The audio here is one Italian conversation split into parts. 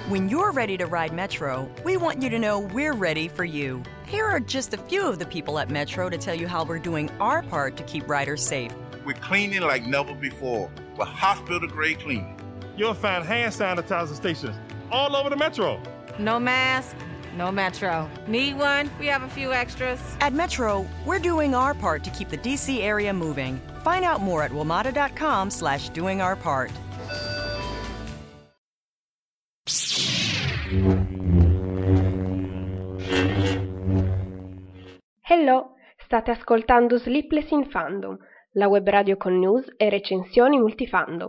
When you're ready to ride Metro, we want you to know we're ready for you. Here are just a few of the people at Metro to tell you how we're doing our part to keep riders safe. We're cleaning like never before with hospital-grade cleaning. You'll find hand sanitizer stations all over the Metro. No mask, no Metro. Need one? We have a few extras. At Metro, we're doing our part to keep the DC area moving. Find out more at WMATA.com/doingourpart. Hello, state ascoltando Sleepless in Fandom, la web radio con news e recensioni multifandom.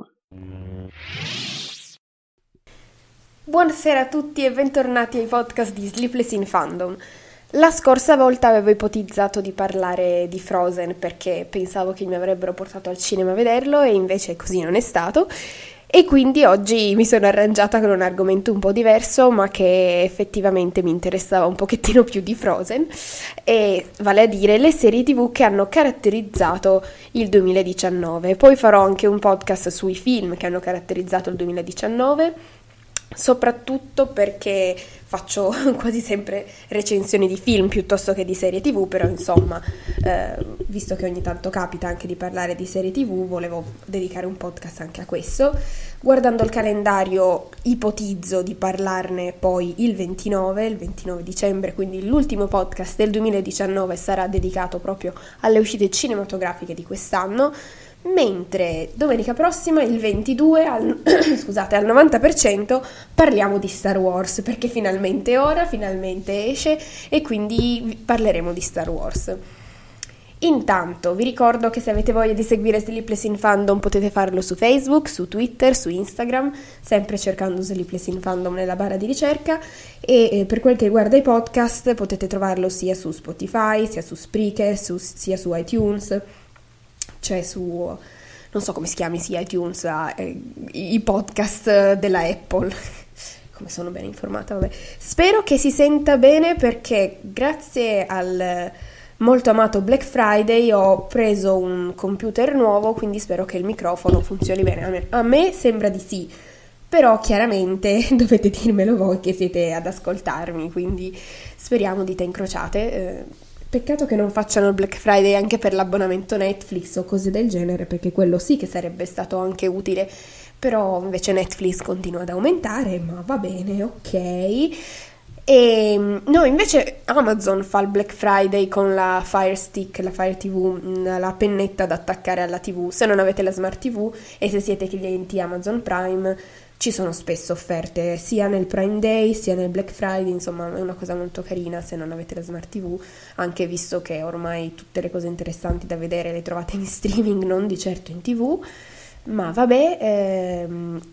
Buonasera a tutti e bentornati ai podcast di Sleepless in Fandom. La scorsa volta avevo ipotizzato di parlare di Frozen perché pensavo che mi avrebbero portato al cinema a vederlo e invece così non è stato. E quindi oggi mi sono arrangiata con un argomento un po' diverso, ma che effettivamente mi interessava un pochettino più di Frozen, e vale a dire le serie TV che hanno caratterizzato il 2019. Poi farò anche un podcast sui film che hanno caratterizzato il 2019, soprattutto perché faccio quasi sempre recensioni di film piuttosto che di serie TV, però insomma, visto che ogni tanto capita anche di parlare di serie TV, volevo dedicare un podcast anche a questo. Guardando il calendario ipotizzo di parlarne poi il 29 dicembre, quindi l'ultimo podcast del 2019 sarà dedicato proprio alle uscite cinematografiche di quest'anno, mentre domenica prossima, il 22, al 90%, parliamo di Star Wars, perché finalmente esce e quindi parleremo di Star Wars. Intanto vi ricordo che se avete voglia di seguire Sleepless in Fandom potete farlo su Facebook, su Twitter, su Instagram, sempre cercando Sleepless in Fandom nella barra di ricerca, e per quel che riguarda i podcast potete trovarlo sia su Spotify, sia su Spreaker, sia su iTunes, cioè su, non so come si chiami, sì, iTunes, i podcast della Apple. Come sono ben informata, vabbè. Spero che si senta bene perché grazie al molto amato Black Friday ho preso un computer nuovo, quindi spero che il microfono funzioni bene. A me sembra di sì, però chiaramente dovete dirmelo voi che siete ad ascoltarmi, quindi speriamo dita incrociate. Peccato che non facciano il Black Friday anche per l'abbonamento Netflix o cose del genere, perché quello sì che sarebbe stato anche utile, però invece Netflix continua ad aumentare, ma va bene, ok. E no, invece Amazon fa il Black Friday con la Fire Stick, la Fire TV, la pennetta da attaccare alla TV. Se non avete la Smart TV e se siete clienti Amazon Prime, ci sono spesso offerte sia nel Prime Day sia nel Black Friday, insomma è una cosa molto carina se non avete la Smart TV, anche visto che ormai tutte le cose interessanti da vedere le trovate in streaming, non di certo in TV. Ma vabbè,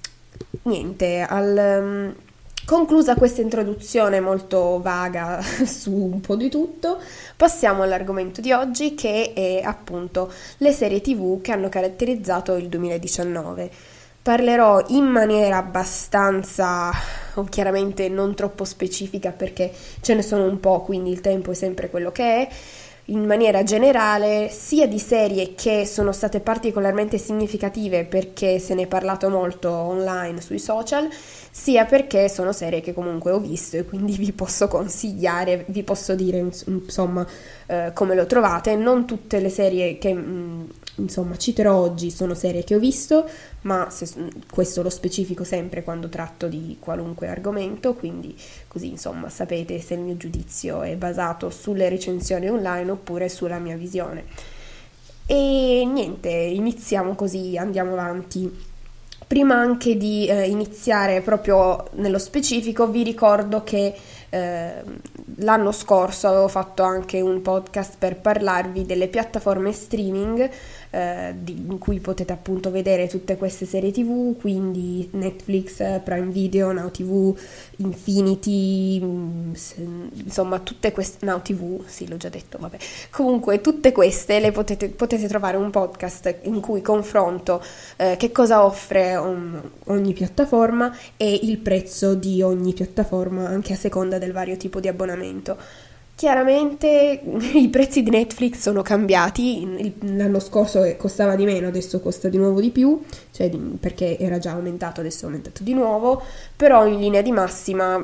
niente, conclusa questa introduzione molto vaga su un po' di tutto, passiamo all'argomento di oggi, che è appunto le serie TV che hanno caratterizzato il 2019. Parlerò in maniera abbastanza, o chiaramente non troppo specifica perché ce ne sono un po', quindi il tempo è sempre quello che è, in maniera generale, sia di serie che sono state particolarmente significative perché se ne è parlato molto online sui social, sia perché sono serie che comunque ho visto e quindi vi posso consigliare, vi posso dire insomma come lo trovate. Non tutte le serie che insomma citerò oggi sono serie che ho visto, ma questo lo specifico sempre quando tratto di qualunque argomento, quindi così insomma sapete se il mio giudizio è basato sulle recensioni online oppure sulla mia visione. E niente, iniziamo così, andiamo avanti. Prima anche di iniziare proprio nello specifico, vi ricordo che l'anno scorso avevo fatto anche un podcast per parlarvi delle piattaforme streaming in cui potete appunto vedere tutte queste serie TV, quindi Netflix, Prime Video, Now TV, Infinity, insomma tutte queste, Now TV, sì l'ho già detto, vabbè, comunque tutte queste le potete trovare un podcast in cui confronto che cosa offre ogni piattaforma e il prezzo di ogni piattaforma anche a seconda del vario tipo di abbonamento. Chiaramente i prezzi di Netflix sono cambiati, l'anno scorso costava di meno, adesso costa di nuovo di più, cioè perché era già aumentato, adesso è aumentato di nuovo, però in linea di massima,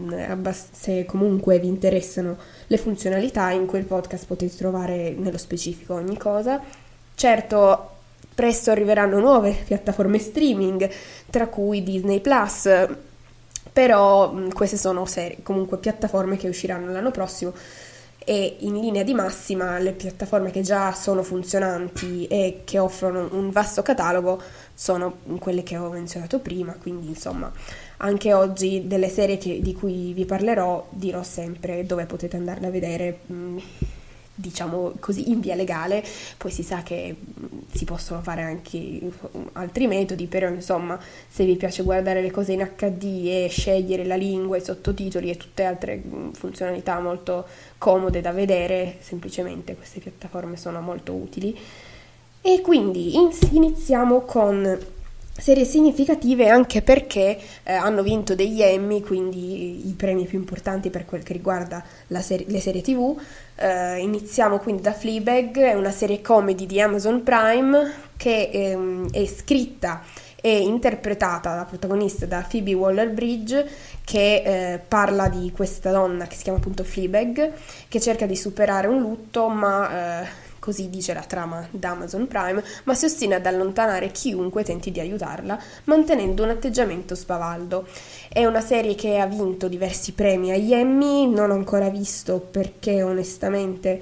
se comunque vi interessano le funzionalità, in quel podcast potete trovare nello specifico ogni cosa. Certo, presto arriveranno nuove piattaforme streaming, tra cui Disney Plus, però queste sono comunque piattaforme che usciranno l'anno prossimo e in linea di massima le piattaforme che già sono funzionanti e che offrono un vasto catalogo sono quelle che ho menzionato prima, quindi insomma anche oggi delle serie di cui vi parlerò dirò sempre dove potete andarle a vedere, diciamo così, in via legale. Poi si sa che si possono fare anche altri metodi, però insomma se vi piace guardare le cose in HD e scegliere la lingua, i sottotitoli e tutte altre funzionalità molto comode da vedere, semplicemente queste piattaforme sono molto utili. E quindi iniziamo con serie significative, anche perché hanno vinto degli Emmy, quindi i premi più importanti per quel che riguarda le serie TV. Iniziamo quindi da Fleabag, è una serie comedy di Amazon Prime che è scritta e interpretata da protagonista da Phoebe Waller-Bridge, che parla di questa donna che si chiama appunto Fleabag, che cerca di superare un lutto, ma così dice la trama da Amazon Prime, ma si ostina ad allontanare chiunque tenti di aiutarla, mantenendo un atteggiamento spavaldo. È una serie che ha vinto diversi premi agli Emmy, non ho ancora visto perché onestamente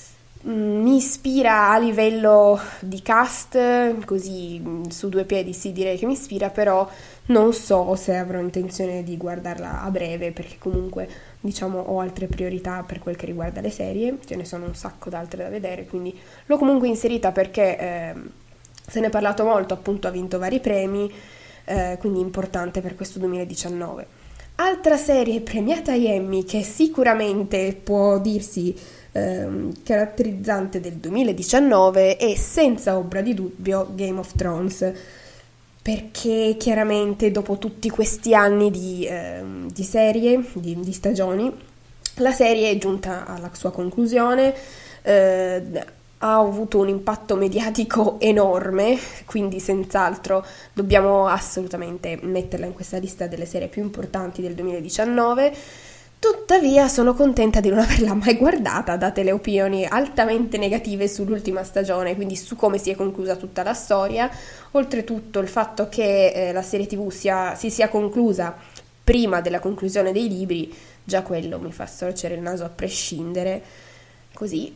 mi ispira a livello di cast, così su due piedi sì, direi che mi ispira, però non so se avrò intenzione di guardarla a breve, perché comunque diciamo ho altre priorità per quel che riguarda le serie, ce ne sono un sacco d'altre da vedere, quindi l'ho comunque inserita perché se ne è parlato molto, appunto ha vinto vari premi, quindi importante per questo 2019. Altra serie premiata agli Emmy che sicuramente può dirsi caratterizzante del 2019 è senza ombra di dubbio Game of Thrones, perché chiaramente dopo tutti questi anni di serie, di stagioni, la serie è giunta alla sua conclusione, ha avuto un impatto mediatico enorme, quindi senz'altro dobbiamo assolutamente metterla in questa lista delle serie più importanti del 2019. Tuttavia sono contenta di non averla mai guardata, date le opinioni altamente negative sull'ultima stagione, quindi su come si è conclusa tutta la storia. Oltretutto il fatto che la serie TV si sia conclusa prima della conclusione dei libri, già quello mi fa storcere il naso a prescindere. Così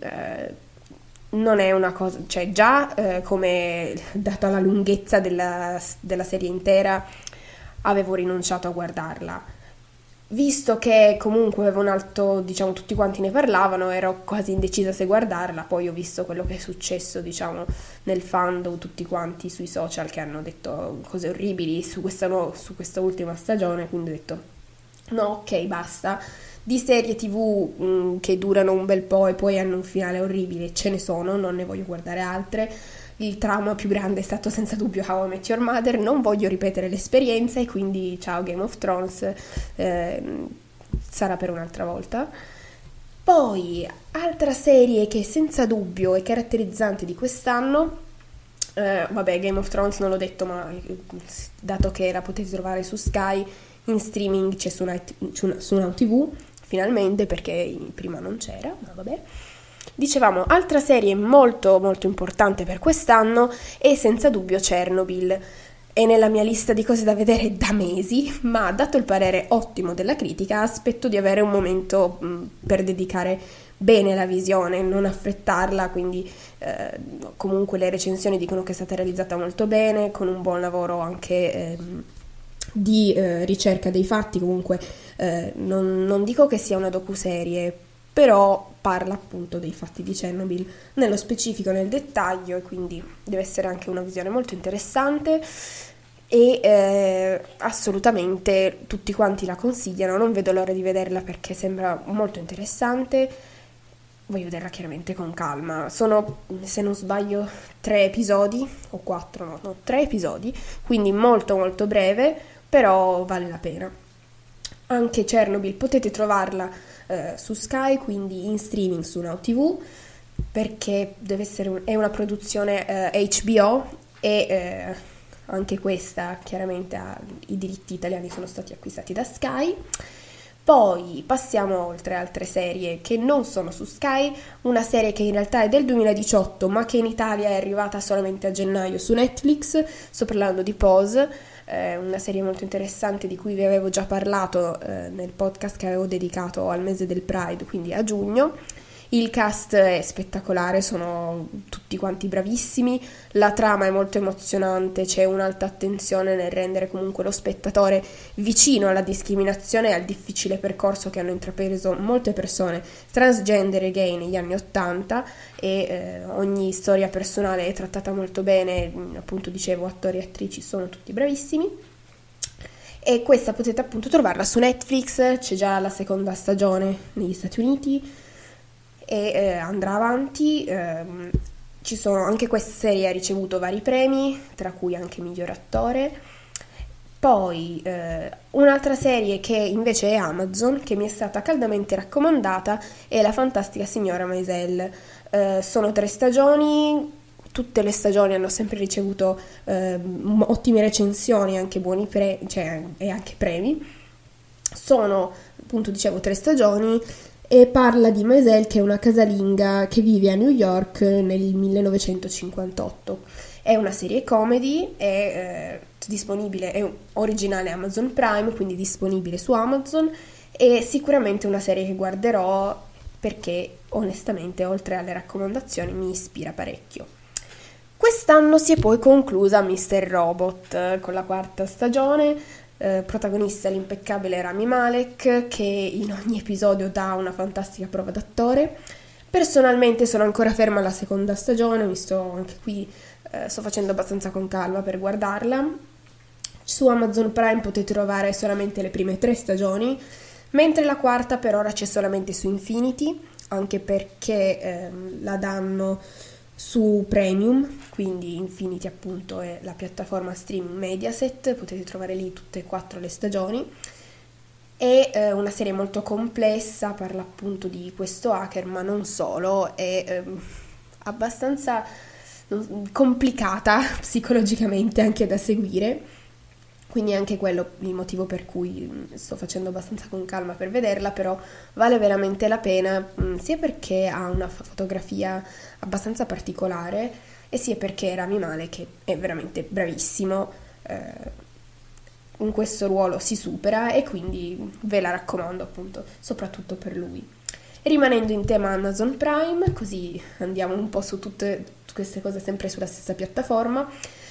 non è una cosa, cioè già come data la lunghezza della serie intera avevo rinunciato a guardarla. Visto che comunque avevo un alto, diciamo, tutti quanti ne parlavano, ero quasi indecisa se guardarla, poi ho visto quello che è successo, diciamo, nel fandom, tutti quanti sui social che hanno detto cose orribili su questa ultima stagione, quindi ho detto no, ok, basta. Di serie TV che durano un bel po' e poi hanno un finale orribile ce ne sono, non ne voglio guardare altre. Il trauma più grande è stato senza dubbio How I Met Your Mother, non voglio ripetere l'esperienza e quindi ciao Game of Thrones, sarà per un'altra volta. Poi, altra serie che senza dubbio è caratterizzante di quest'anno, vabbè, Game of Thrones non l'ho detto, ma dato che la potete trovare su Sky, in streaming c'è su Now TV, finalmente, perché prima non c'era, ma vabbè. Dicevamo, altra serie molto molto importante per quest'anno è senza dubbio Chernobyl. È nella mia lista di cose da vedere da mesi, ma dato il parere ottimo della critica, aspetto di avere un momento per dedicare bene la visione, non affrettarla, quindi comunque le recensioni dicono che è stata realizzata molto bene, con un buon lavoro anche di ricerca dei fatti. Comunque non dico che sia una docuserie, però parla appunto dei fatti di Chernobyl nello specifico, nel dettaglio, e quindi deve essere anche una visione molto interessante e assolutamente tutti quanti la consigliano. Non vedo l'ora di vederla perché sembra molto interessante. Voglio vederla chiaramente con calma. Sono, se non sbaglio, 3 episodi o 4, no, 3 episodi, quindi molto molto breve, però vale la pena. Anche Chernobyl potete trovarla su Sky, quindi in streaming su Now TV, perché è una produzione HBO e anche questa chiaramente i diritti italiani sono stati acquistati da Sky. Poi passiamo oltre altre serie che non sono su Sky, una serie che in realtà è del 2018 ma che in Italia è arrivata solamente a gennaio su Netflix. Sto parlando di Pose, una serie molto interessante di cui vi avevo già parlato nel podcast che avevo dedicato al mese del Pride, quindi a giugno. Il cast è spettacolare, sono tutti quanti bravissimi, la trama è molto emozionante, c'è un'alta attenzione nel rendere comunque lo spettatore vicino alla discriminazione e al difficile percorso che hanno intrapreso molte persone transgender e gay negli anni '80 e ogni storia personale è trattata molto bene, appunto dicevo, attori e attrici sono tutti bravissimi. E questa potete appunto trovarla su Netflix, c'è già la seconda stagione negli Stati Uniti e andrà avanti. Ci sono anche questa serie ha ricevuto vari premi, tra cui anche miglior attore. Poi un'altra serie che invece è Amazon, che mi è stata caldamente raccomandata, è La fantastica signora Maisel. Sono 3 stagioni, tutte le stagioni hanno sempre ricevuto ottime recensioni, anche buoni e anche premi. Sono, appunto dicevo, 3 stagioni e parla di Maisel, che è una casalinga che vive a New York nel 1958. È una serie comedy, è disponibile, è originale Amazon Prime, quindi disponibile su Amazon, e sicuramente una serie che guarderò perché onestamente, oltre alle raccomandazioni, mi ispira parecchio. Quest'anno si è poi conclusa Mr. Robot con la 4ª stagione. Protagonista l'impeccabile Rami Malek, che in ogni episodio dà una fantastica prova d'attore. Personalmente sono ancora ferma alla 2ª stagione, anche qui sto facendo abbastanza con calma per guardarla. Su Amazon Prime potete trovare solamente le prime 3 stagioni, mentre la 4ª per ora c'è solamente su Infinity, anche perché la danno su Premium, quindi Infinity appunto è la piattaforma streaming Mediaset, potete trovare lì tutte e 4 le stagioni. È una serie molto complessa, parla appunto di questo hacker, ma non solo, è abbastanza complicata psicologicamente anche da seguire, quindi anche quello il motivo per cui sto facendo abbastanza con calma per vederla, però vale veramente la pena, sia perché ha una fotografia abbastanza particolare e sia perché Rami Malek, che è veramente bravissimo, in questo ruolo si supera e quindi ve la raccomando appunto, soprattutto per lui. Rimanendo in tema Amazon Prime, così andiamo un po' su tutte queste cose sempre sulla stessa piattaforma.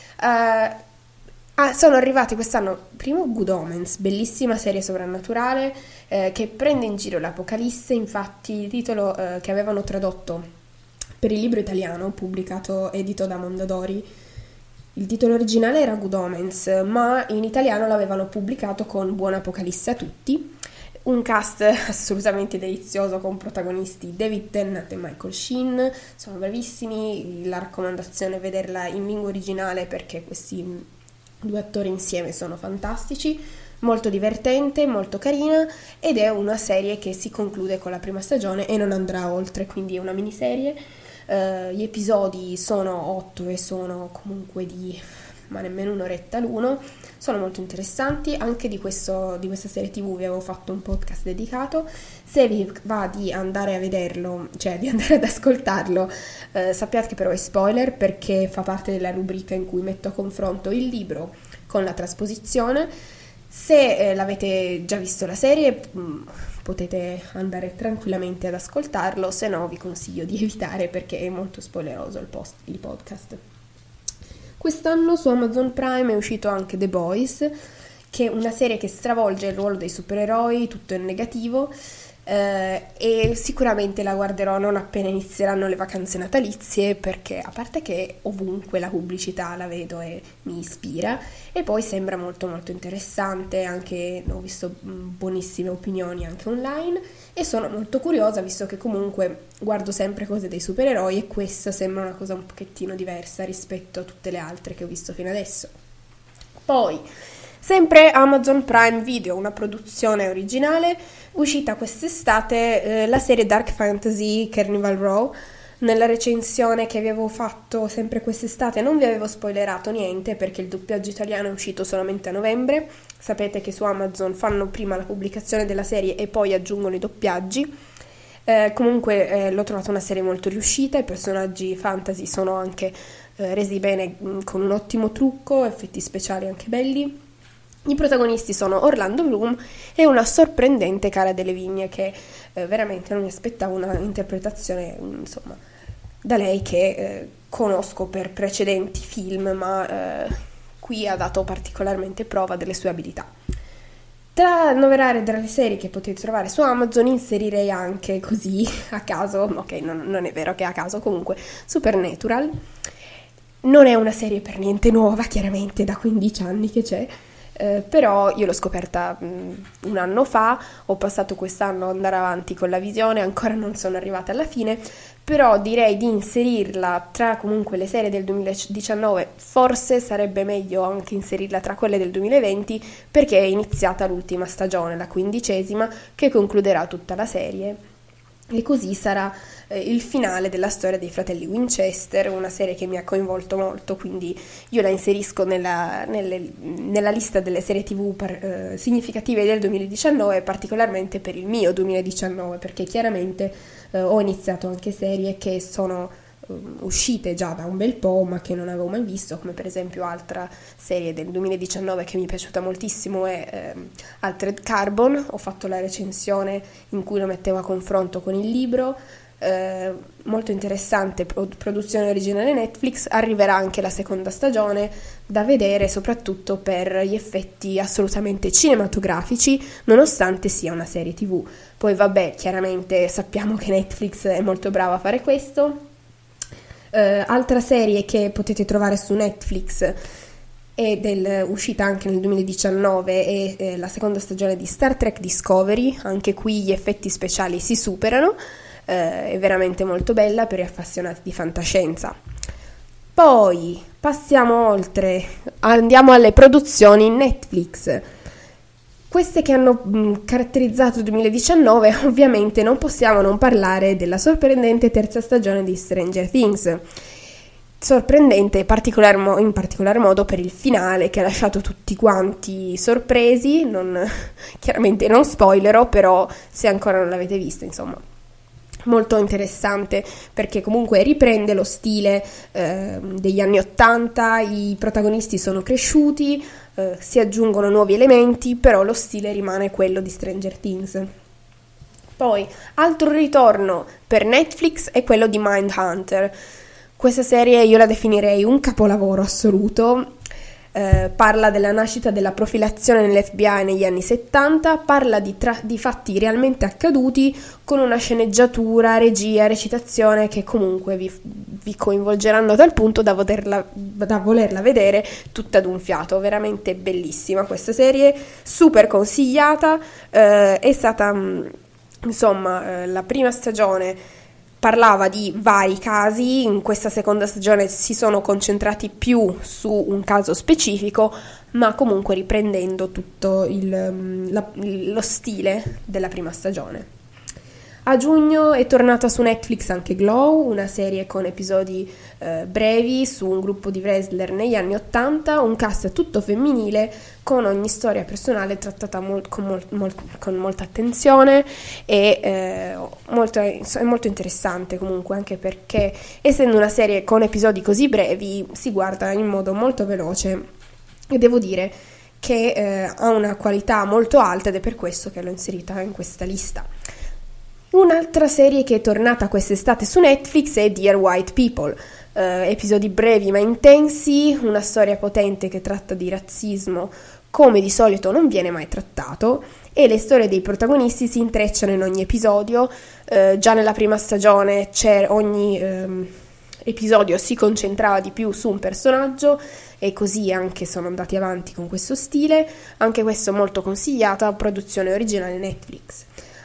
Sono arrivati quest'anno, primo, Good Omens, bellissima serie sovrannaturale che prende in giro l'Apocalisse. Infatti il titolo che avevano tradotto per il libro italiano pubblicato, edito da Mondadori, il titolo originale era Good Omens, ma in italiano l'avevano pubblicato con Buon Apocalisse a tutti. Un cast assolutamente delizioso con protagonisti David Tennant e Michael Sheen, sono bravissimi. La raccomandazione è vederla in lingua originale perché questi 2 attori insieme sono fantastici, molto divertente, molto carina, ed è una serie che si conclude con la prima stagione e non andrà oltre, quindi è una miniserie. Gli episodi sono 8 e sono comunque ma nemmeno un'oretta l'uno, sono molto interessanti. Anche di questa serie TV vi avevo fatto un podcast dedicato. Se vi va di andare a vederlo, cioè di andare ad ascoltarlo, sappiate che però è spoiler, perché fa parte della rubrica in cui metto a confronto il libro con la trasposizione. Se l'avete già visto la serie, potete andare tranquillamente ad ascoltarlo, se no vi consiglio di evitare perché è molto spoileroso il podcast. Quest'anno su Amazon Prime è uscito anche The Boys, che è una serie che stravolge il ruolo dei supereroi, tutto in negativo, e sicuramente la guarderò non appena inizieranno le vacanze natalizie, perché a parte che ovunque la pubblicità la vedo e mi ispira, e poi sembra molto molto interessante, anche ho visto buonissime opinioni anche online e sono molto curiosa, visto che comunque guardo sempre cose dei supereroi e questa sembra una cosa un pochettino diversa rispetto a tutte le altre che ho visto fino adesso. Poi Sempre Amazon Prime Video, una produzione originale, uscita quest'estate, la serie Dark Fantasy Carnival Row. Nella recensione che avevo fatto sempre quest'estate non vi avevo spoilerato niente perché il doppiaggio italiano è uscito solamente a novembre. Sapete che su Amazon fanno prima la pubblicazione della serie e poi aggiungono i doppiaggi. Comunque l'ho trovata una serie molto riuscita, i personaggi fantasy sono anche resi bene con un ottimo trucco, effetti speciali anche belli. I protagonisti sono Orlando Bloom e una sorprendente Cara Delevingne che veramente non mi aspettavo una interpretazione, insomma, da lei che conosco per precedenti film, ma qui ha dato particolarmente prova delle sue abilità. Tra annoverare tra le serie che potete trovare su Amazon inserirei anche così a caso, ok, non è vero che è a caso, comunque Supernatural. Non è una serie per niente nuova, chiaramente da 15 anni che c'è, però io l'ho scoperta un anno fa, ho passato quest'anno ad andare avanti con la visione, ancora non sono arrivata alla fine, però direi di inserirla tra comunque le serie del 2019, forse sarebbe meglio anche inserirla tra quelle del 2020 perché è iniziata l'ultima stagione, la 15ª, che concluderà tutta la serie e così sarà il finale della storia dei fratelli Winchester, una serie che mi ha coinvolto molto, quindi io la inserisco nella lista delle serie TV significative del 2019, particolarmente per il mio 2019, perché chiaramente ho iniziato anche serie che sono uscite già da un bel po', ma che non avevo mai visto, come per esempio altra serie del 2019 che mi è piaciuta moltissimo è Altered Carbon. Ho fatto la recensione in cui lo mettevo a confronto con il libro. Molto interessante, produzione originale Netflix. Arriverà anche la seconda stagione da vedere, soprattutto per gli effetti assolutamente cinematografici, nonostante sia una serie TV. Poi vabbè, chiaramente sappiamo che Netflix è molto brava a fare questo. Altra serie che potete trovare su Netflix è uscita anche nel 2019 è la seconda stagione di Star Trek Discovery. Anche qui gli effetti speciali si superano, è veramente molto bella per gli appassionati di fantascienza. Poi passiamo oltre, andiamo alle produzioni Netflix. Queste che hanno caratterizzato il 2019, ovviamente non possiamo non parlare della sorprendente terza stagione di Stranger Things. Sorprendente in particolar modo per il finale che ha lasciato tutti quanti sorpresi, chiaramente non spoilerò, però se ancora non l'avete vista, insomma. Molto interessante perché comunque riprende lo stile degli anni 80, i protagonisti sono cresciuti, si aggiungono nuovi elementi, però lo stile rimane quello di Stranger Things. Poi, altro ritorno per Netflix è quello di Mindhunter. Questa serie io la definirei un capolavoro assoluto. Parla della nascita della profilazione nell'FBI negli anni 70, parla di fatti realmente accaduti con una sceneggiatura, regia, recitazione che comunque vi coinvolgeranno dal punto da volerla vedere tutta ad un fiato. Veramente bellissima questa serie, super consigliata. È stata insomma la prima stagione parlava di vari casi, in questa seconda stagione si sono concentrati più su un caso specifico, ma comunque riprendendo tutto lo stile della prima stagione. A giugno è tornata su Netflix anche Glow, una serie con episodi brevi su un gruppo di wrestler negli anni 80, un cast tutto femminile con ogni storia personale trattata con molta attenzione e è molto interessante comunque, anche perché essendo una serie con episodi così brevi si guarda in modo molto veloce e devo dire che ha una qualità molto alta ed è per questo che l'ho inserita in questa lista. Un'altra serie che è tornata quest'estate su Netflix è Dear White People, episodi brevi ma intensi, una storia potente che tratta di razzismo come di solito non viene mai trattato e le storie dei protagonisti si intrecciano in ogni episodio. Già nella prima stagione ogni episodio si concentrava di più su un personaggio e così anche sono andati avanti con questo stile, anche questo molto consigliata, produzione originale Netflix.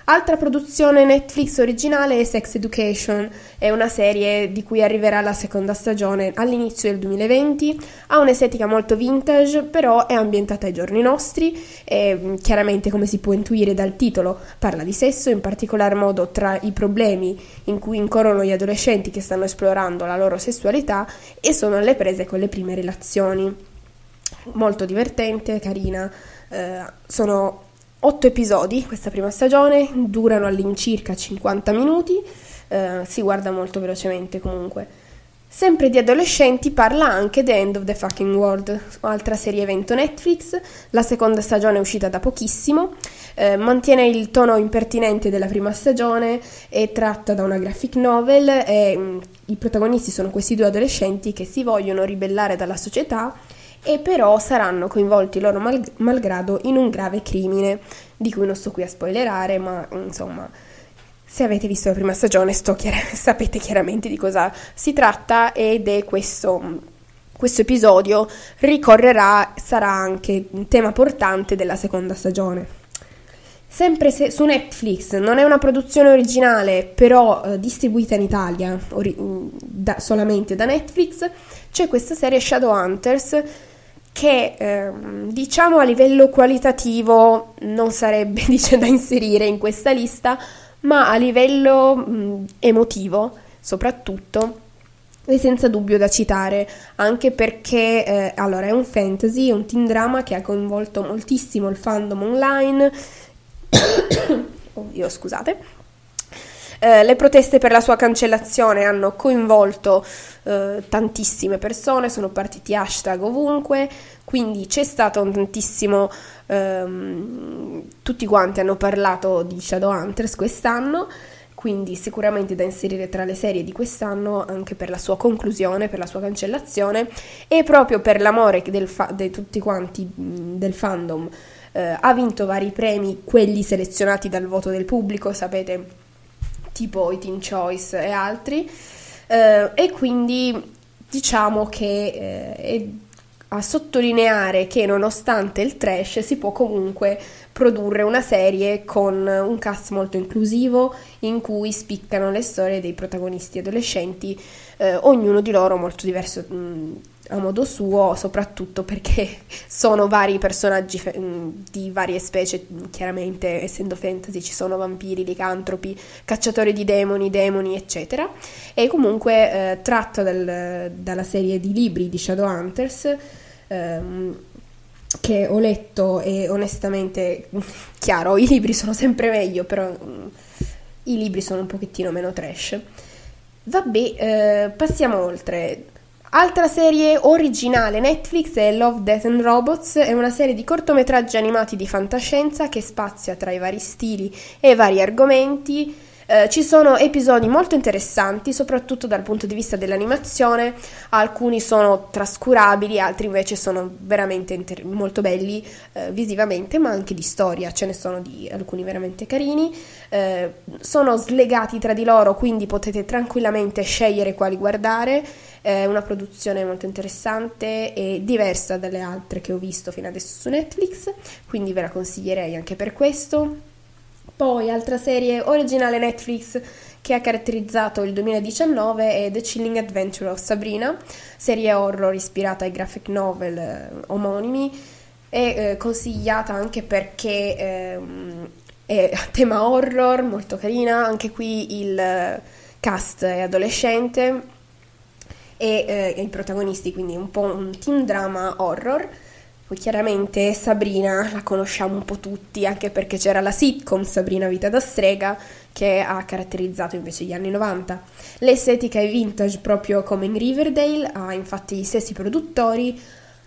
Altra produzione Netflix originale è Sex Education, è una serie di cui arriverà la seconda stagione all'inizio del 2020, ha un'estetica molto vintage, però è ambientata ai giorni nostri e chiaramente, come si può intuire dal titolo, parla di sesso, in particolar modo tra i problemi in cui incorrono gli adolescenti che stanno esplorando la loro sessualità e sono alle prese con le prime relazioni. Molto divertente, carina, sono 8 episodi questa prima stagione, durano all'incirca 50 minuti, si guarda molto velocemente comunque. Sempre di adolescenti parla anche The End of the Fucking World, altra serie evento Netflix, la seconda stagione è uscita da pochissimo, mantiene il tono impertinente della prima stagione, è tratta da una graphic novel e i protagonisti sono questi 2 adolescenti che si vogliono ribellare dalla società e però saranno coinvolti loro malgrado in un grave crimine, di cui non sto qui a spoilerare, ma insomma, se avete visto la prima stagione sapete chiaramente di cosa si tratta, ed è questo episodio sarà anche un tema portante della seconda stagione. Sempre su Netflix, non è una produzione originale, però distribuita in Italia solamente da Netflix, c'è questa serie Shadowhunters che diciamo a livello qualitativo non sarebbe da inserire in questa lista, ma a livello emotivo soprattutto è senza dubbio da citare, anche perché allora è un fantasy, è un teen drama che ha coinvolto moltissimo il fandom online. Oddio, scusate. Le proteste per la sua cancellazione hanno coinvolto tantissime persone, sono partiti hashtag ovunque, quindi c'è stato un tantissimo, tutti quanti hanno parlato di Shadowhunters quest'anno, quindi sicuramente da inserire tra le serie di quest'anno, anche per la sua conclusione, per la sua cancellazione e proprio per l'amore di tutti quanti del fandom. Ha vinto vari premi, quelli selezionati dal voto del pubblico, sapete, tipo i Teen Choice e altri, e quindi diciamo che è a sottolineare che nonostante il trash si può comunque produrre una serie con un cast molto inclusivo in cui spiccano le storie dei protagonisti adolescenti, ognuno di loro molto diverso a modo suo, soprattutto perché sono vari personaggi di varie specie, chiaramente essendo fantasy ci sono vampiri, licantropi, cacciatori di demoni eccetera, e comunque tratta dalla serie di libri di Shadowhunters che ho letto e onestamente, chiaro, i libri sono sempre meglio, però i libri sono un pochettino meno trash. Vabbè, passiamo oltre. Altra serie originale Netflix è Love, Death and Robots, è una serie di cortometraggi animati di fantascienza che spazia tra i vari stili e i vari argomenti. Ci sono episodi molto interessanti, soprattutto dal punto di vista dell'animazione, alcuni sono trascurabili, altri invece sono veramente molto belli visivamente, ma anche di storia, ce ne sono di alcuni veramente carini, sono slegati tra di loro, quindi potete tranquillamente scegliere quali guardare. È una produzione molto interessante e diversa dalle altre che ho visto fino adesso su Netflix, quindi ve la consiglierei anche per questo. Poi, altra serie originale Netflix che ha caratterizzato il 2019 è The Chilling Adventure of Sabrina, serie horror ispirata ai graphic novel omonimi, è consigliata anche perché è a tema horror, molto carina, anche qui il cast è adolescente e i protagonisti, quindi un po' un teen drama horror. Poi chiaramente Sabrina la conosciamo un po' tutti, anche perché c'era la sitcom Sabrina Vita da strega che ha caratterizzato invece gli anni 90. L'estetica è vintage proprio come in Riverdale, ha infatti gli stessi produttori,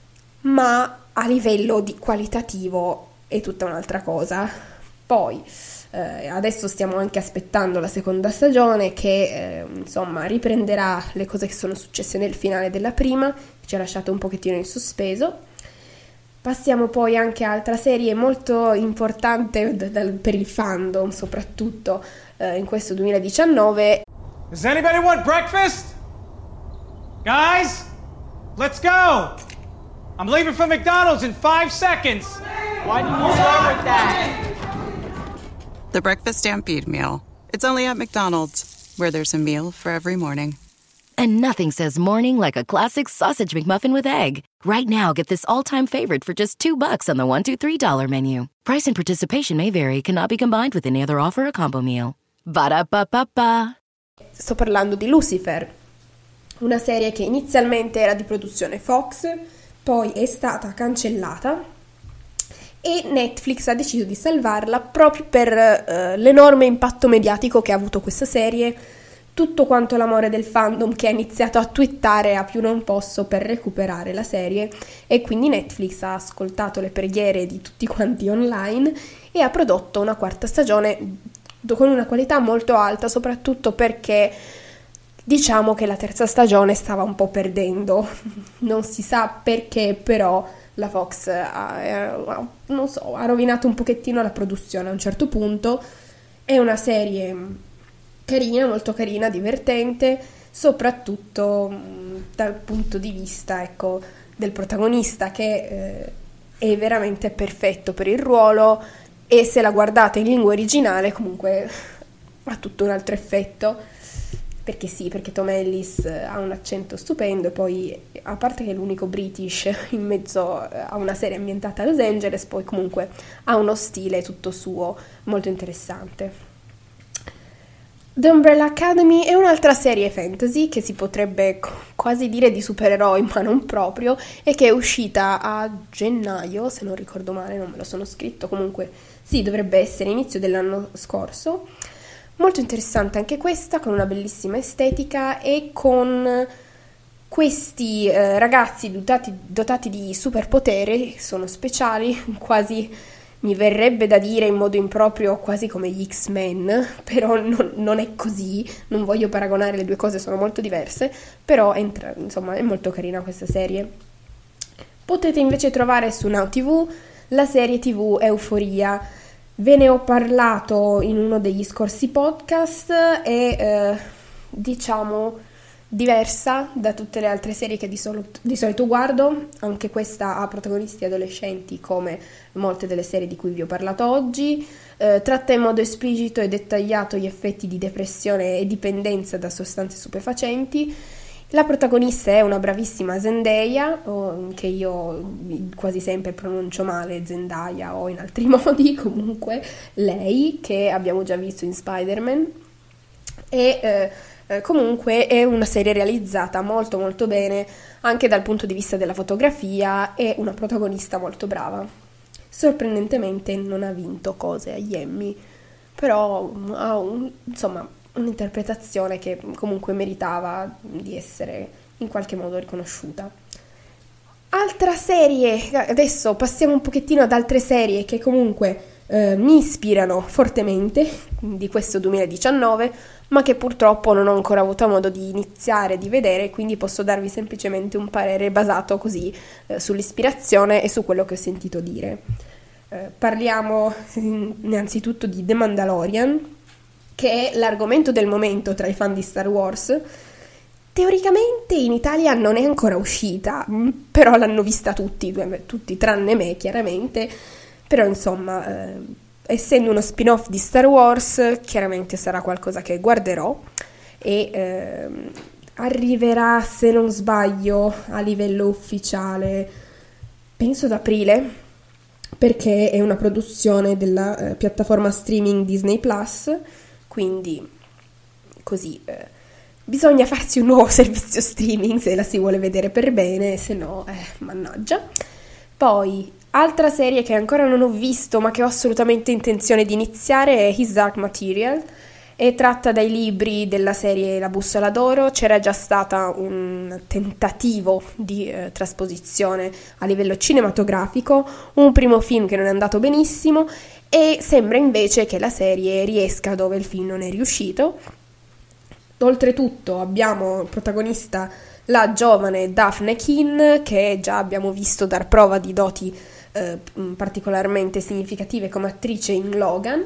ma a livello di qualitativo è tutta un'altra cosa. Poi adesso stiamo anche aspettando la seconda stagione che insomma riprenderà le cose che sono successe nel finale della prima, che ci ha lasciato un pochettino in sospeso. Passiamo poi anche a altra serie molto importante per il fandom, soprattutto in questo 2019. Does anybody want breakfast? Guys, let's go! I'm leaving for McDonald's in 5 seconds. Why did you start with that? The Breakfast Stampede Meal. It's only at McDonald's, where there's a meal for every morning. And nothing says morning like a classic sausage McMuffin with egg. Right now, get this all-time favorite for just $2 on the $1, $2, $3 menu. Price and participation may vary. Cannot be combined with any other offer or combo meal. Ba-da-ba-ba-ba. Sto parlando di Lucifer, una serie che inizialmente era di produzione Fox, poi è stata cancellata e Netflix ha deciso di salvarla proprio per l'enorme impatto mediatico che ha avuto questa serie, tutto quanto l'amore del fandom che ha iniziato a twittare a più non posso per recuperare la serie, e quindi Netflix ha ascoltato le preghiere di tutti quanti online e ha prodotto una quarta stagione con una qualità molto alta, soprattutto perché diciamo che la terza stagione stava un po' perdendo, non si sa perché, però la Fox ha rovinato un pochettino la produzione a un certo punto. È una serie carina, molto carina, divertente, soprattutto dal punto di vista, ecco, del protagonista, che è veramente perfetto per il ruolo, e se la guardate in lingua originale comunque ha tutto un altro effetto. Perché sì, perché Tom Ellis ha un accento stupendo e poi, a parte che è l'unico British in mezzo a una serie ambientata a Los Angeles, poi comunque ha uno stile tutto suo, molto interessante. The Umbrella Academy è un'altra serie fantasy che si potrebbe quasi dire di supereroi, ma non proprio, e che è uscita a gennaio, se non ricordo male, non me lo sono scritto, comunque sì, dovrebbe essere inizio dell'anno scorso. Molto interessante anche questa, con una bellissima estetica e con questi ragazzi dotati di superpoteri, sono speciali, quasi mi verrebbe da dire in modo improprio quasi come gli X-Men, però non è così, non voglio paragonare, le due cose sono molto diverse, però insomma è molto carina questa serie. Potete invece trovare su Now TV la serie TV Euforia. Ve ne ho parlato in uno degli scorsi podcast, è diciamo diversa da tutte le altre serie che di solito guardo. Anche questa ha protagonisti adolescenti come molte delle serie di cui vi ho parlato oggi, tratta in modo esplicito e dettagliato gli effetti di depressione e dipendenza da sostanze stupefacenti. La protagonista è una bravissima Zendaya, che io quasi sempre pronuncio male, Zendaya o in altri modi, comunque lei, che abbiamo già visto in Spider-Man, e comunque è una serie realizzata molto molto bene anche dal punto di vista della fotografia, e una protagonista molto brava. Sorprendentemente non ha vinto cose agli Emmy, però ha un'interpretazione che comunque meritava di essere in qualche modo riconosciuta. Altra serie, adesso passiamo un pochettino ad altre serie che comunque mi ispirano fortemente di questo 2019, ma che purtroppo non ho ancora avuto modo di iniziare, di vedere, quindi posso darvi semplicemente un parere basato così sull'ispirazione e su quello che ho sentito dire. Parliamo innanzitutto di The Mandalorian, che è l'argomento del momento tra i fan di Star Wars. Teoricamente in Italia non è ancora uscita, però l'hanno vista tutti tranne me chiaramente, però insomma, essendo uno spin-off di Star Wars, chiaramente sarà qualcosa che guarderò, e arriverà, se non sbaglio, a livello ufficiale, penso ad aprile, perché è una produzione della piattaforma streaming Disney Plus. Quindi così bisogna farsi un nuovo servizio streaming se la si vuole vedere per bene, se no mannaggia. Poi altra serie che ancora non ho visto ma che ho assolutamente intenzione di iniziare è His Dark Material. È tratta dai libri della serie La bussola d'oro. C'era già stata un tentativo di trasposizione a livello cinematografico, un primo film che non è andato benissimo, e sembra invece che la serie riesca dove il film non è riuscito. Oltretutto abbiamo protagonista la giovane Daphne Keane, che già abbiamo visto dar prova di doti particolarmente significative come attrice in Logan,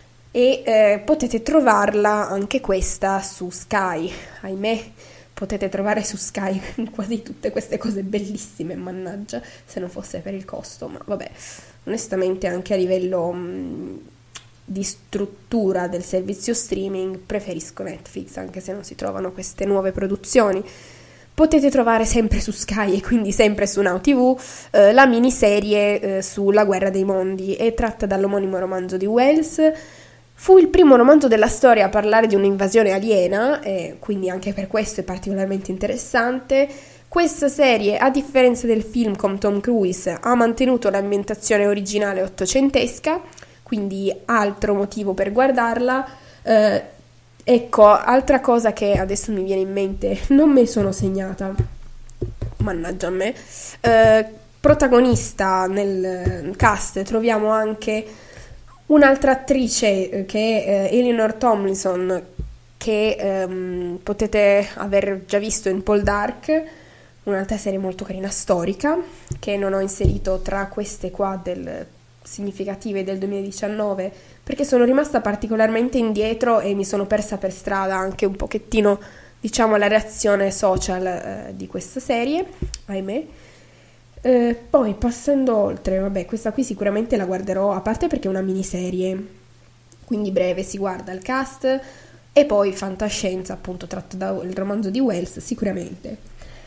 e potete trovarla anche questa su Sky. Ahimè, potete trovare su Sky quasi tutte queste cose bellissime, mannaggia, se non fosse per il costo, ma vabbè, onestamente anche a livello di struttura del servizio streaming preferisco Netflix, anche se non si trovano queste nuove produzioni. Potete trovare sempre su Sky e quindi sempre su Now TV la miniserie sulla Guerra dei Mondi, è tratta dall'omonimo romanzo di Wells. Fu il primo romanzo della storia a parlare di un'invasione aliena e quindi anche per questo è particolarmente interessante. Questa serie, a differenza del film con Tom Cruise, ha mantenuto l'ambientazione originale ottocentesca, quindi altro motivo per guardarla. Ecco, altra cosa che adesso mi viene in mente, non me sono segnata, mannaggia a me, protagonista nel cast troviamo anche un'altra attrice che è Eleanor Tomlinson, che potete aver già visto in Paul Dark, un'altra serie molto carina storica, che non ho inserito tra queste qua significative del 2019, perché sono rimasta particolarmente indietro e mi sono persa per strada anche un pochettino, diciamo, la reazione social di questa serie, ahimè. Poi passando oltre, vabbè, questa qui sicuramente la guarderò, a parte perché è una miniserie, quindi breve, si guarda il cast, e poi fantascienza, appunto, tratto dal romanzo di Wells, sicuramente.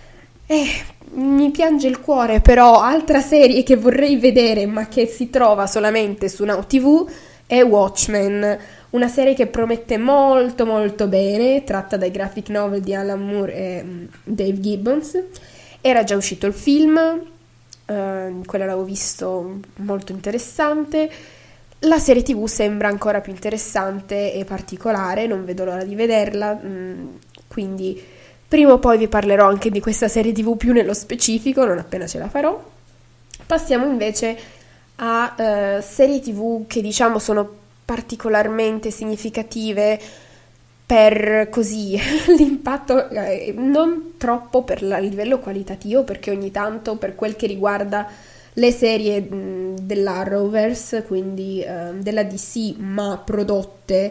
Mi piange il cuore, però altra serie che vorrei vedere ma che si trova solamente su Now TV è Watchmen, una serie che promette molto molto bene, tratta dai graphic novel di Alan Moore e Dave Gibbons. Era già uscito il film, quello l'avevo visto, molto interessante. La serie TV sembra ancora più interessante e particolare, non vedo l'ora di vederla, quindi prima o poi vi parlerò anche di questa serie TV più nello specifico, non appena ce la farò. Passiamo invece a serie TV che diciamo sono particolarmente significative per così l'impatto, non troppo per il livello qualitativo, perché ogni tanto per quel che riguarda le serie dell'Arrowverse, quindi della DC, ma prodotte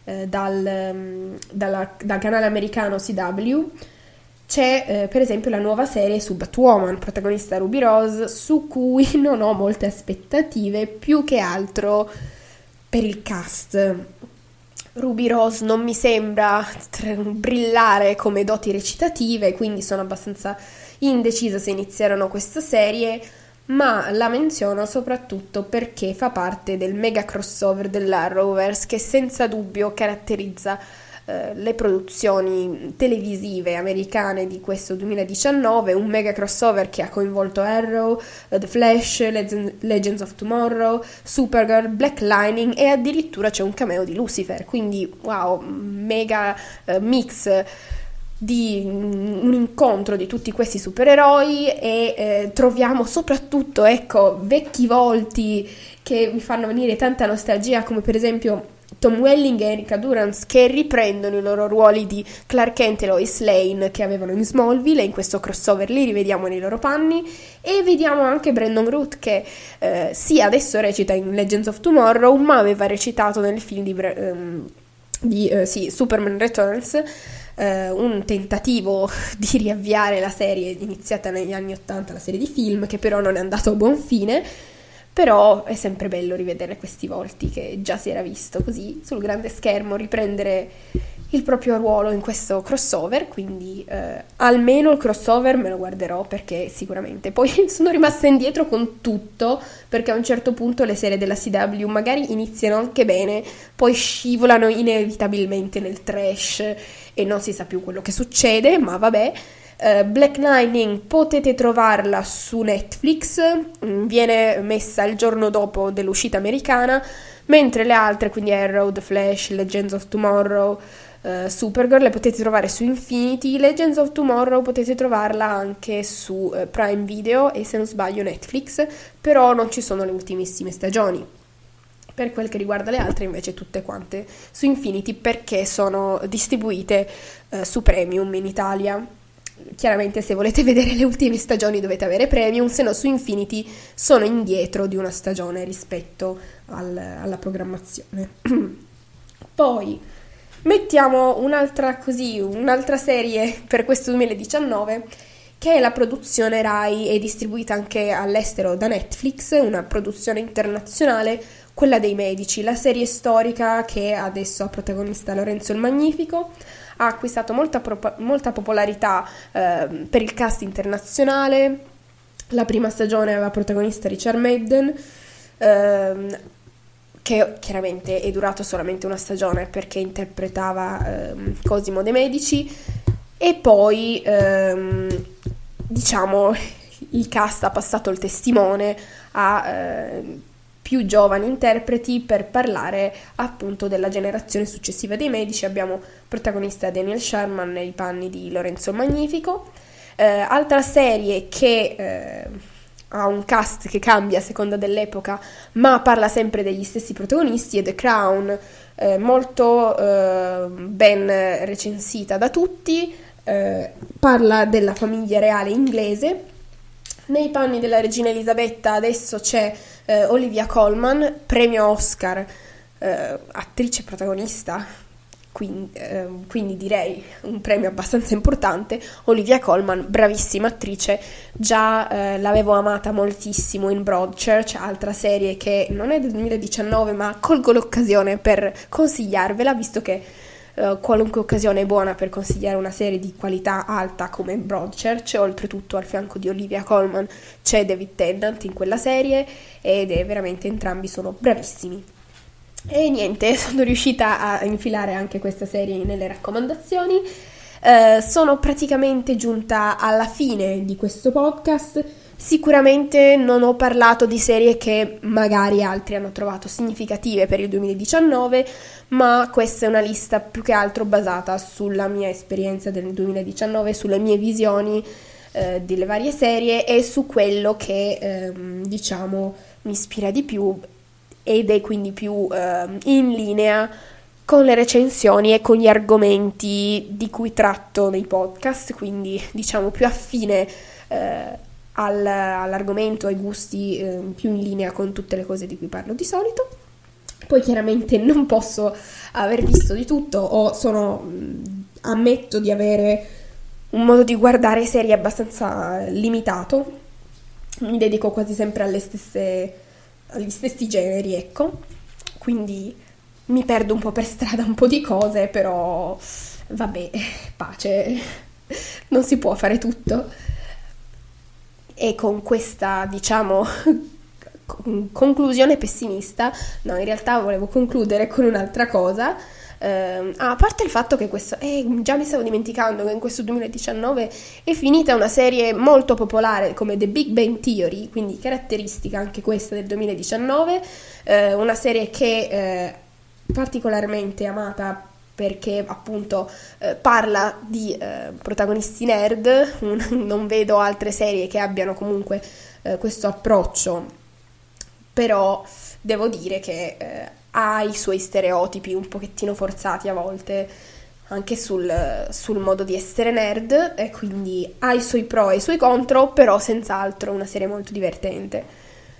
dal canale americano CW, c'è per esempio la nuova serie su Batwoman, protagonista Ruby Rose, su cui non ho molte aspettative, più che altro per il cast. Ruby Rose non mi sembra brillare come doti recitative, quindi sono abbastanza indecisa se inizieranno questa serie, ma la menziono soprattutto perché fa parte del mega crossover dell'Arrowverse, che senza dubbio caratterizza le produzioni televisive americane di questo 2019, un mega crossover che ha coinvolto Arrow, The Flash, Legends of Tomorrow, Supergirl, Black Lightning e addirittura c'è un cameo di Lucifer, quindi wow, mega mix di un incontro di tutti questi supereroi e troviamo soprattutto, ecco, vecchi volti che mi fanno venire tanta nostalgia, come per esempio Tom Welling e Erika Durance, che riprendono i loro ruoli di Clark Kent e Lois Lane che avevano in Smallville, e in questo crossover li rivediamo nei loro panni, e vediamo anche Brandon Root che sì, adesso recita in Legends of Tomorrow, ma aveva recitato nel film di Superman Returns, un tentativo di riavviare la serie iniziata negli anni 80, la serie di film, che però non è andato a buon fine. Però è sempre bello rivedere questi volti che già si era visto così sul grande schermo, riprendere il proprio ruolo in questo crossover, quindi almeno il crossover me lo guarderò, perché sicuramente poi sono rimasta indietro con tutto, perché a un certo punto le serie della CW magari iniziano anche bene, poi scivolano inevitabilmente nel trash e non si sa più quello che succede, ma vabbè. Black Lightning potete trovarla su Netflix, viene messa il giorno dopo dell'uscita americana, mentre le altre, quindi Arrow, The Flash, Legends of Tomorrow, Supergirl, le potete trovare su Infinity. Legends of Tomorrow potete trovarla anche su Prime Video e, se non sbaglio, Netflix, però non ci sono le ultimissime stagioni. Per quel che riguarda le altre, invece, tutte quante su Infinity, perché sono distribuite su Premium in Italia. Chiaramente se volete vedere le ultime stagioni dovete avere Premium, se no su Infinity sono indietro di una stagione rispetto alla programmazione. Poi mettiamo un'altra serie per questo 2019, che è la produzione Rai e distribuita anche all'estero da Netflix, una produzione internazionale, quella dei medici, la serie storica che adesso ha protagonista Lorenzo il Magnifico. Ha acquistato molta popolarità per il cast internazionale. La prima stagione aveva protagonista Richard Madden, che chiaramente è durato solamente una stagione perché interpretava Cosimo De Medici, e poi diciamo il cast ha passato il testimone a più giovani interpreti per parlare appunto della generazione successiva dei Medici. Abbiamo protagonista Daniel Sherman nei panni di Lorenzo il Magnifico. Altra serie che ha un cast che cambia a seconda dell'epoca, ma parla sempre degli stessi protagonisti, è The Crown, molto ben recensita da tutti, parla della famiglia reale inglese. Nei panni della regina Elisabetta adesso c'è Olivia Colman, premio Oscar, attrice protagonista, quindi direi un premio abbastanza importante. Olivia Colman, bravissima attrice, già l'avevo amata moltissimo in Broadchurch, altra serie che non è del 2019, ma colgo l'occasione per consigliarvela, visto che qualunque occasione è buona per consigliare una serie di qualità alta come Broadchurch. Oltretutto al fianco di Olivia Colman c'è David Tennant in quella serie ed è veramente, entrambi sono bravissimi. E niente, sono riuscita a infilare anche questa serie nelle raccomandazioni. Sono praticamente giunta alla fine di questo podcast. Sicuramente non ho parlato di serie che magari altri hanno trovato significative per il 2019, ma questa è una lista più che altro basata sulla mia esperienza del 2019, sulle mie visioni delle varie serie e su quello che diciamo mi ispira di più ed è quindi più in linea con le recensioni e con gli argomenti di cui tratto nei podcast, quindi diciamo più affine all'argomento, ai gusti, più in linea con tutte le cose di cui parlo di solito. Poi chiaramente non posso aver visto di tutto, ammetto di avere un modo di guardare serie abbastanza limitato, mi dedico quasi sempre agli stessi generi, ecco, quindi mi perdo un po' per strada un po' di cose, però vabbè, pace, non si può fare tutto. E con questa, diciamo, conclusione pessimista, no, in realtà volevo concludere con un'altra cosa. A parte il fatto che già mi stavo dimenticando che in questo 2019 è finita una serie molto popolare come The Big Bang Theory, quindi caratteristica anche questa del 2019, una serie che particolarmente amata perché appunto parla di protagonisti nerd. Non vedo altre serie che abbiano comunque questo approccio, però devo dire che ha i suoi stereotipi un pochettino forzati a volte anche sul modo di essere nerd, e quindi ha i suoi pro e i suoi contro, però senz'altro una serie molto divertente.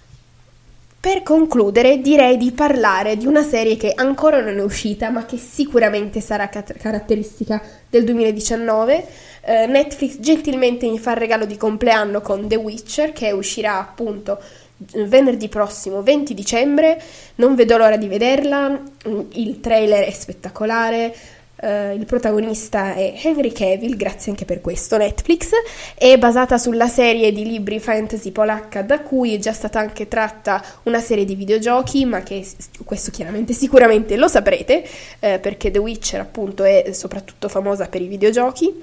Per concludere direi di parlare di una serie che ancora non è uscita ma che sicuramente sarà caratteristica del 2019. Netflix gentilmente mi fa il regalo di compleanno con The Witcher, che uscirà appunto venerdì prossimo 20 dicembre. Non vedo l'ora di vederla, il trailer è spettacolare, il protagonista è Henry Cavill, grazie anche per questo Netflix. È basata sulla serie di libri fantasy polacca da cui è già stata anche tratta una serie di videogiochi, ma che questo chiaramente sicuramente lo saprete, perché The Witcher appunto è soprattutto famosa per i videogiochi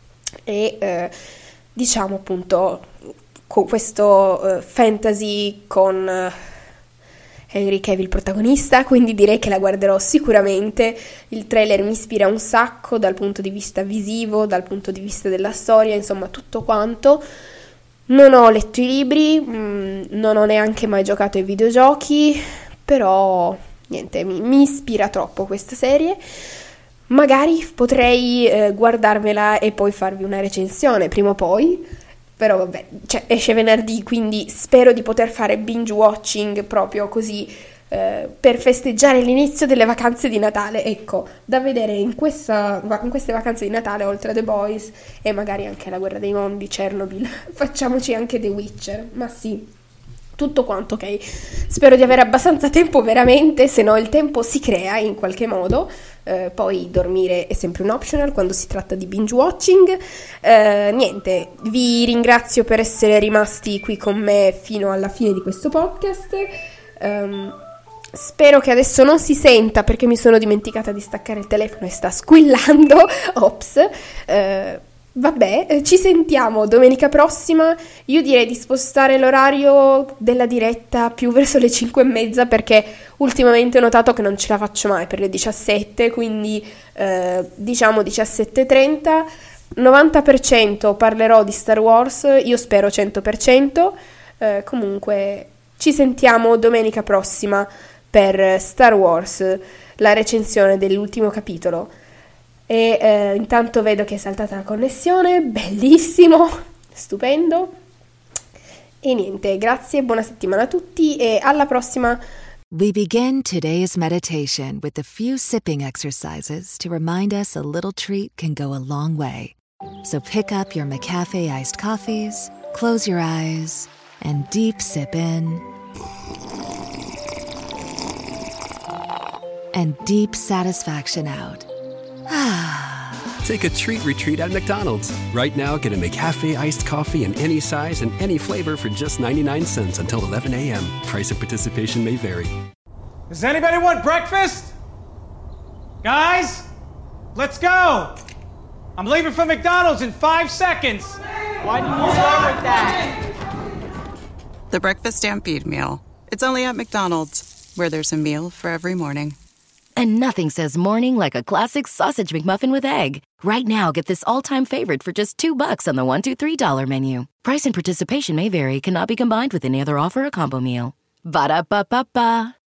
e diciamo appunto con questo fantasy con Henry Cavill protagonista, quindi direi che la guarderò sicuramente. Il trailer mi ispira un sacco dal punto di vista visivo, dal punto di vista della storia, insomma tutto quanto. Non ho letto i libri, non ho neanche mai giocato ai videogiochi, però niente, mi ispira troppo questa serie. Magari potrei guardarmela e poi farvi una recensione prima o poi. Però vabbè, esce venerdì, quindi spero di poter fare binge watching proprio così per festeggiare l'inizio delle vacanze di Natale. Ecco, da vedere in queste vacanze di Natale, oltre a The Boys e magari anche La Guerra dei Mondi, Chernobyl, facciamoci anche The Witcher, ma sì. Tutto quanto, ok? Spero di avere abbastanza tempo veramente, se no il tempo si crea in qualche modo. Poi dormire è sempre un optional quando si tratta di binge watching. Niente, vi ringrazio per essere rimasti qui con me fino alla fine di questo podcast. Spero che adesso non si senta perché mi sono dimenticata di staccare il telefono e sta squillando. Ops. Vabbè, ci sentiamo domenica prossima. Io direi di spostare l'orario della diretta più verso le 5:30 perché ultimamente ho notato che non ce la faccio mai per le 17, quindi diciamo 17:30. 90% parlerò di Star Wars, io spero 100%. Comunque ci sentiamo domenica prossima per Star Wars, la recensione dell'ultimo capitolo. E intanto vedo che è saltata la connessione, bellissimo, stupendo. E niente, grazie, buona settimana a tutti e alla prossima. We begin today's meditation with a few sipping exercises to remind us a little treat can go a long way. So pick up your McCafe iced coffees, close your eyes, and deep sip in. And deep satisfaction out. Take a treat retreat at McDonald's. Right now, get a McCafe iced coffee in any size and any flavor for just 99 cents until 11 a.m. Price of participation may vary. Does anybody want breakfast? Guys, let's go! I'm leaving for McDonald's in 5 seconds. Why did you start with that? The Breakfast Stampede Meal. It's only at McDonald's, where there's a meal for every morning. And nothing says morning like a classic sausage McMuffin with egg. Right now, get this all-time favorite for just $2 on the $1, $2, $3 menu. Price and participation may vary. Cannot be combined with any other offer or combo meal. Ba-da-ba-ba-ba.